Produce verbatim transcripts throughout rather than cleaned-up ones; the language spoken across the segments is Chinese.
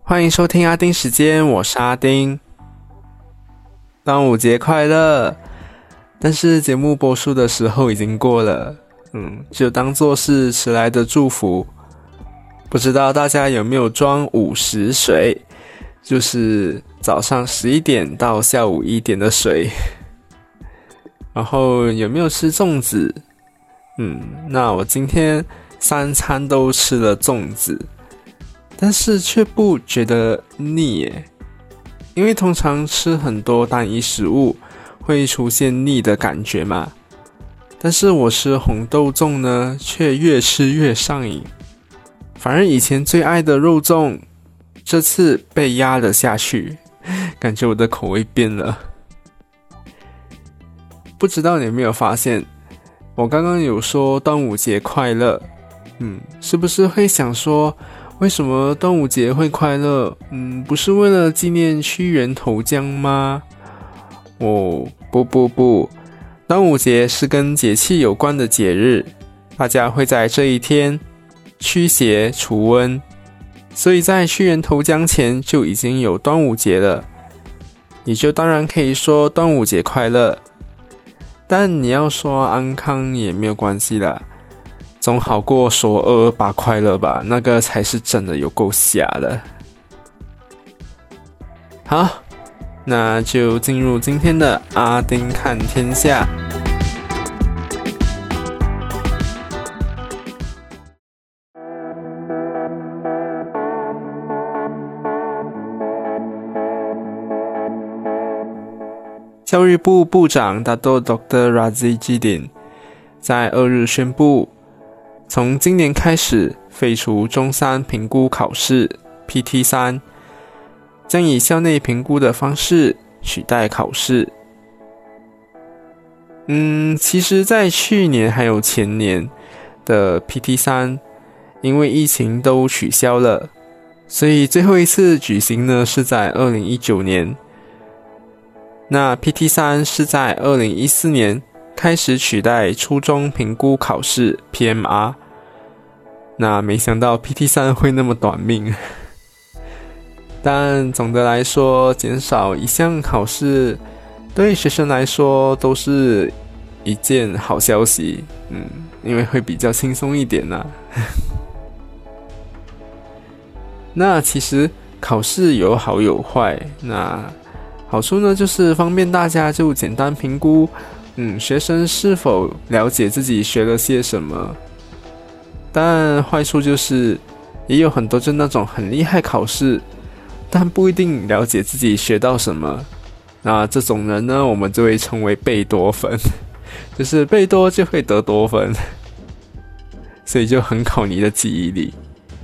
欢迎收听阿丁时间，我是阿丁。端午节快乐！但是节目播出的时候已经过了，嗯，就当作是迟来的祝福。不知道大家有没有装午时水，就是早上十一点到下午一点的水。然后有没有吃粽子？嗯，那我今天三餐都吃了粽子，但是却不觉得腻耶。因为通常吃很多单一食物会出现腻的感觉嘛，但是我吃红豆粽呢，却越吃越上瘾。反而以前最爱的肉粽，这次被压了下去，感觉我的口味变了。不知道你有没有发现，我刚刚有说端午节快乐，嗯，是不是会想说，为什么端午节会快乐？嗯，不是为了纪念屈原投江吗？哦，不不不，端午节是跟节气有关的节日，大家会在这一天驱邪除瘟，所以在屈原投江前就已经有端午节了，你就当然可以说端午节快乐。但你要说安康也没有关系啦，总好过说二二八快乐吧，那个才是真的有够瞎的。好，那就进入今天的阿丁看天下。教育部部长 Dato Doktor Razlie Jidin 在二日宣布，从今年开始废除中三评估考试 P T 三， 将以校内评估的方式取代考试。嗯，其实在去年还有前年的 P T 三， 因为疫情都取消了，所以最后一次举行呢是在二零一九年。那 P T 三 是在二零一四年开始取代初中评估考试 P M R， 那没想到 P T 三 会那么短命。但总的来说，减少一项考试对学生来说都是一件好消息，嗯，因为会比较轻松一点啊。那其实考试有好有坏，那好处呢，就是方便大家就简单评估，嗯，学生是否了解自己学了些什么。但坏处就是，也有很多就那种很厉害考试，但不一定了解自己学到什么。那这种人呢，我们就会称为贝多芬，就是背多就会得多分，所以就很考你的记忆力。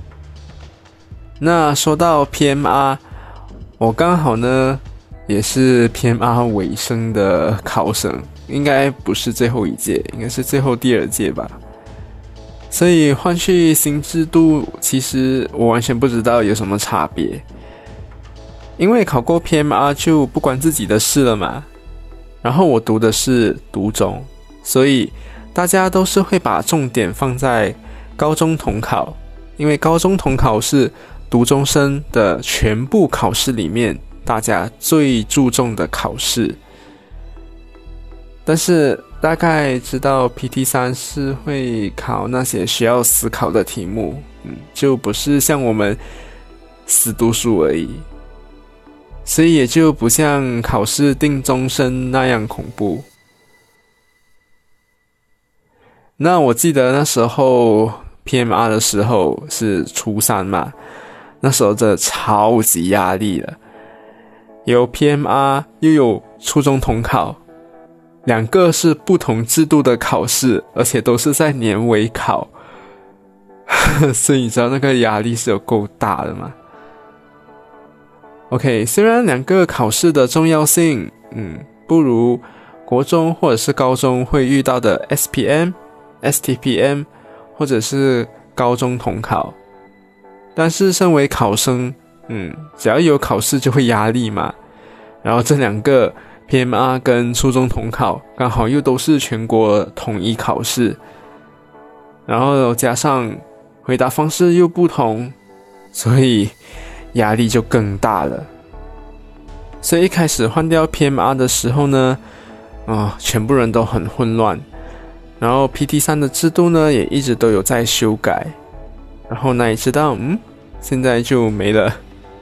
那说到 P M R， 我刚好呢也是 P M R 尾声的考生，应该不是最后一届，应该是最后第二届吧。所以换去新制度，其实我完全不知道有什么差别，因为考过 P M R 就不关自己的事了嘛。然后我读的是读中，所以大家都是会把重点放在高中统考，因为高中统考是读中生的全部考试里面大家最注重的考试。但是大概知道 P T 三 是会考那些需要思考的题目，嗯，就不是像我们死读书而已，所以也就不像考试定终身那样恐怖。那我记得那时候 P M R 的时候是初三嘛，那时候真的超级压力了，有 P M R 又有初中统考，两个是不同制度的考试，而且都是在年尾考，所以你知道那个压力是有够大的吗？ OK， 虽然两个考试的重要性嗯，不如国中或者是高中会遇到的 S P M、S T P M 或者是高中统考，但是身为考生，嗯，只要有考试就会压力嘛。然后这两个 P M R 跟初中统考刚好又都是全国统一考试，然后加上回答方式又不同，所以压力就更大了。所以一开始换掉 P M R 的时候呢，啊、呃，全部人都很混乱。然后 P T 三 的制度呢，也一直都有在修改。然后哪里知道，嗯，现在就没了。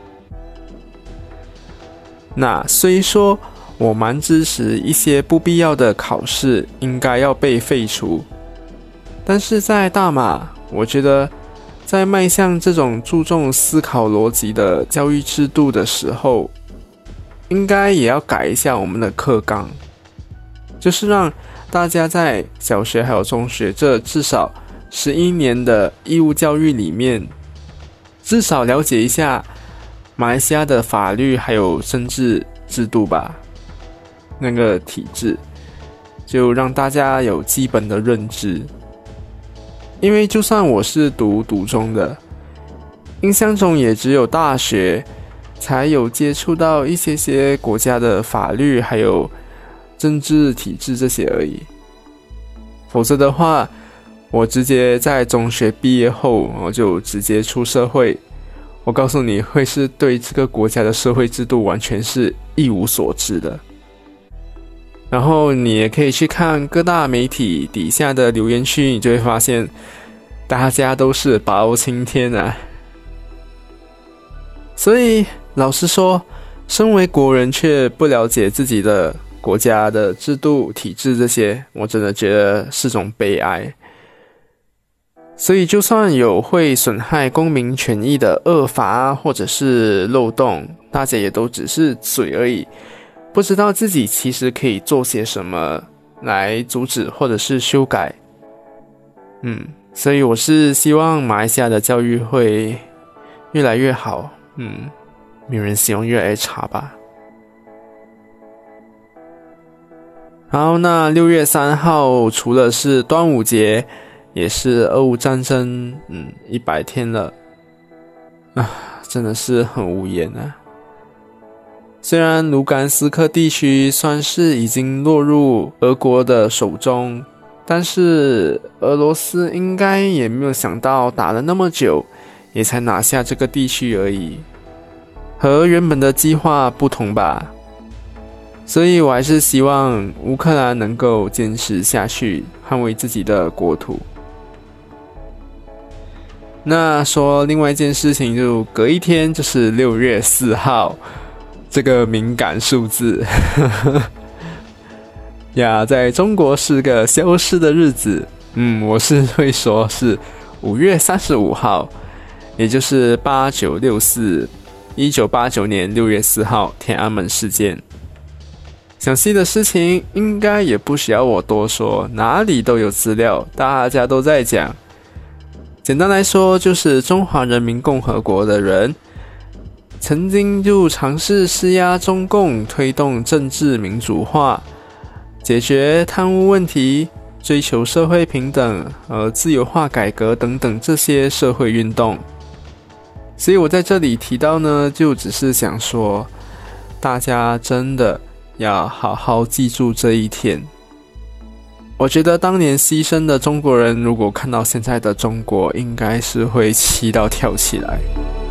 那虽说我蛮支持一些不必要的考试应该要被废除，但是在大马，我觉得在迈向这种注重思考逻辑的教育制度的时候，应该也要改一下我们的课纲，就是让大家在小学还有中学这至少十一年的义务教育里面，至少了解一下马来西亚的法律还有政治制度吧，那个体制，就让大家有基本的认知。因为就算我是读读中的，印象中也只有大学才有接触到一些些国家的法律还有政治体制这些而已。否则的话，我直接在中学毕业后，我就直接出社会，我告诉你会是对这个国家的社会制度完全是一无所知的。然后你也可以去看各大媒体底下的留言区，你就会发现大家都是包青天啊。所以老实说，身为国人却不了解自己的国家的制度体制这些，我真的觉得是种悲哀。所以就算有会损害公民权益的恶法或者是漏洞，大家也都只是嘴而已，不知道自己其实可以做些什么来阻止或者是修改。嗯，所以我是希望马来西亚的教育会越来越好，嗯，没有人希望越来越差吧。好，那六月三号除了是端午节，也是俄乌战争，嗯，一百天了，啊，真的是很无言啊。虽然卢甘斯克地区算是已经落入俄国的手中，但是俄罗斯应该也没有想到打了那么久，也才拿下这个地区而已，和原本的计划不同吧。所以我还是希望乌克兰能够坚持下去，捍卫自己的国土。那说另外一件事情，就隔一天就是六月四号，这个敏感数字呀，在中国是个消失的日子。嗯，我是会说是五月三十五号，也就是八九六四，一九八九年六月四号天安门事件。详细的事情应该也不需要我多说，哪里都有资料，大家都在讲。简单来说，就是中华人民共和国的人曾经就尝试施压中共，推动政治民主化，解决贪污问题，追求社会平等、呃自由化改革等等这些社会运动。所以我在这里提到呢，就只是想说，大家真的要好好记住这一天。我觉得当年牺牲的中国人，如果看到现在的中国，应该是会气到跳起来。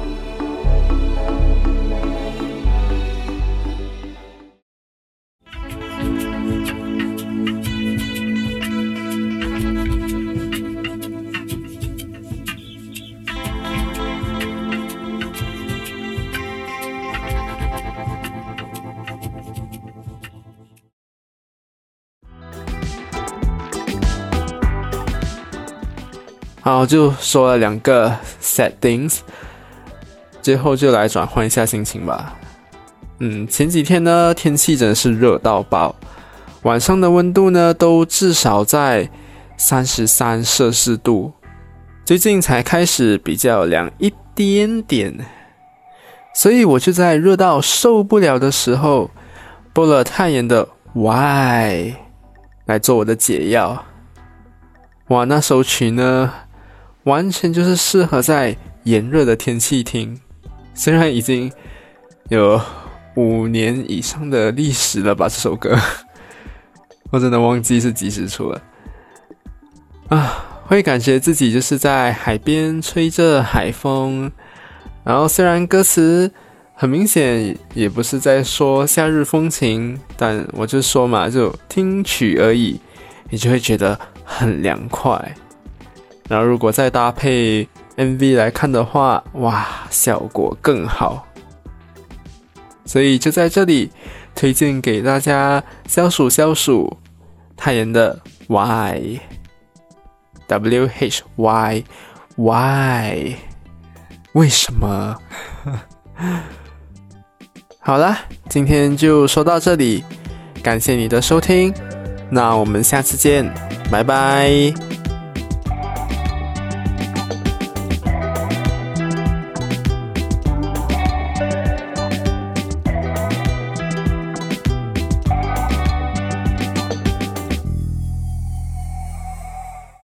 好，就说了两个 sad things， 最后就来转换一下心情吧。嗯，前几天呢，天气真的是热到爆，晚上的温度呢都至少在三十三摄氏度，最近才开始比较凉一点点，所以我就在热到受不了的时候，播了泰妍的 Why 来做我的解药。哇，那首曲呢完全就是适合在炎热的天气听，虽然已经有五年以上的历史了吧，这首歌我真的忘记是几时出了啊，会感觉自己就是在海边吹着海风， 然后虽然歌词很明显也不是在说夏日风情，但我就说嘛，就听曲而已，你就会觉得很凉快。然后如果再搭配 M V 来看的话，哇，效果更好。所以就在这里推荐给大家消暑消暑泰妍的 Why W H Y Why 为什么好啦，今天就说到这里，感谢你的收听，那我们下次见，拜拜。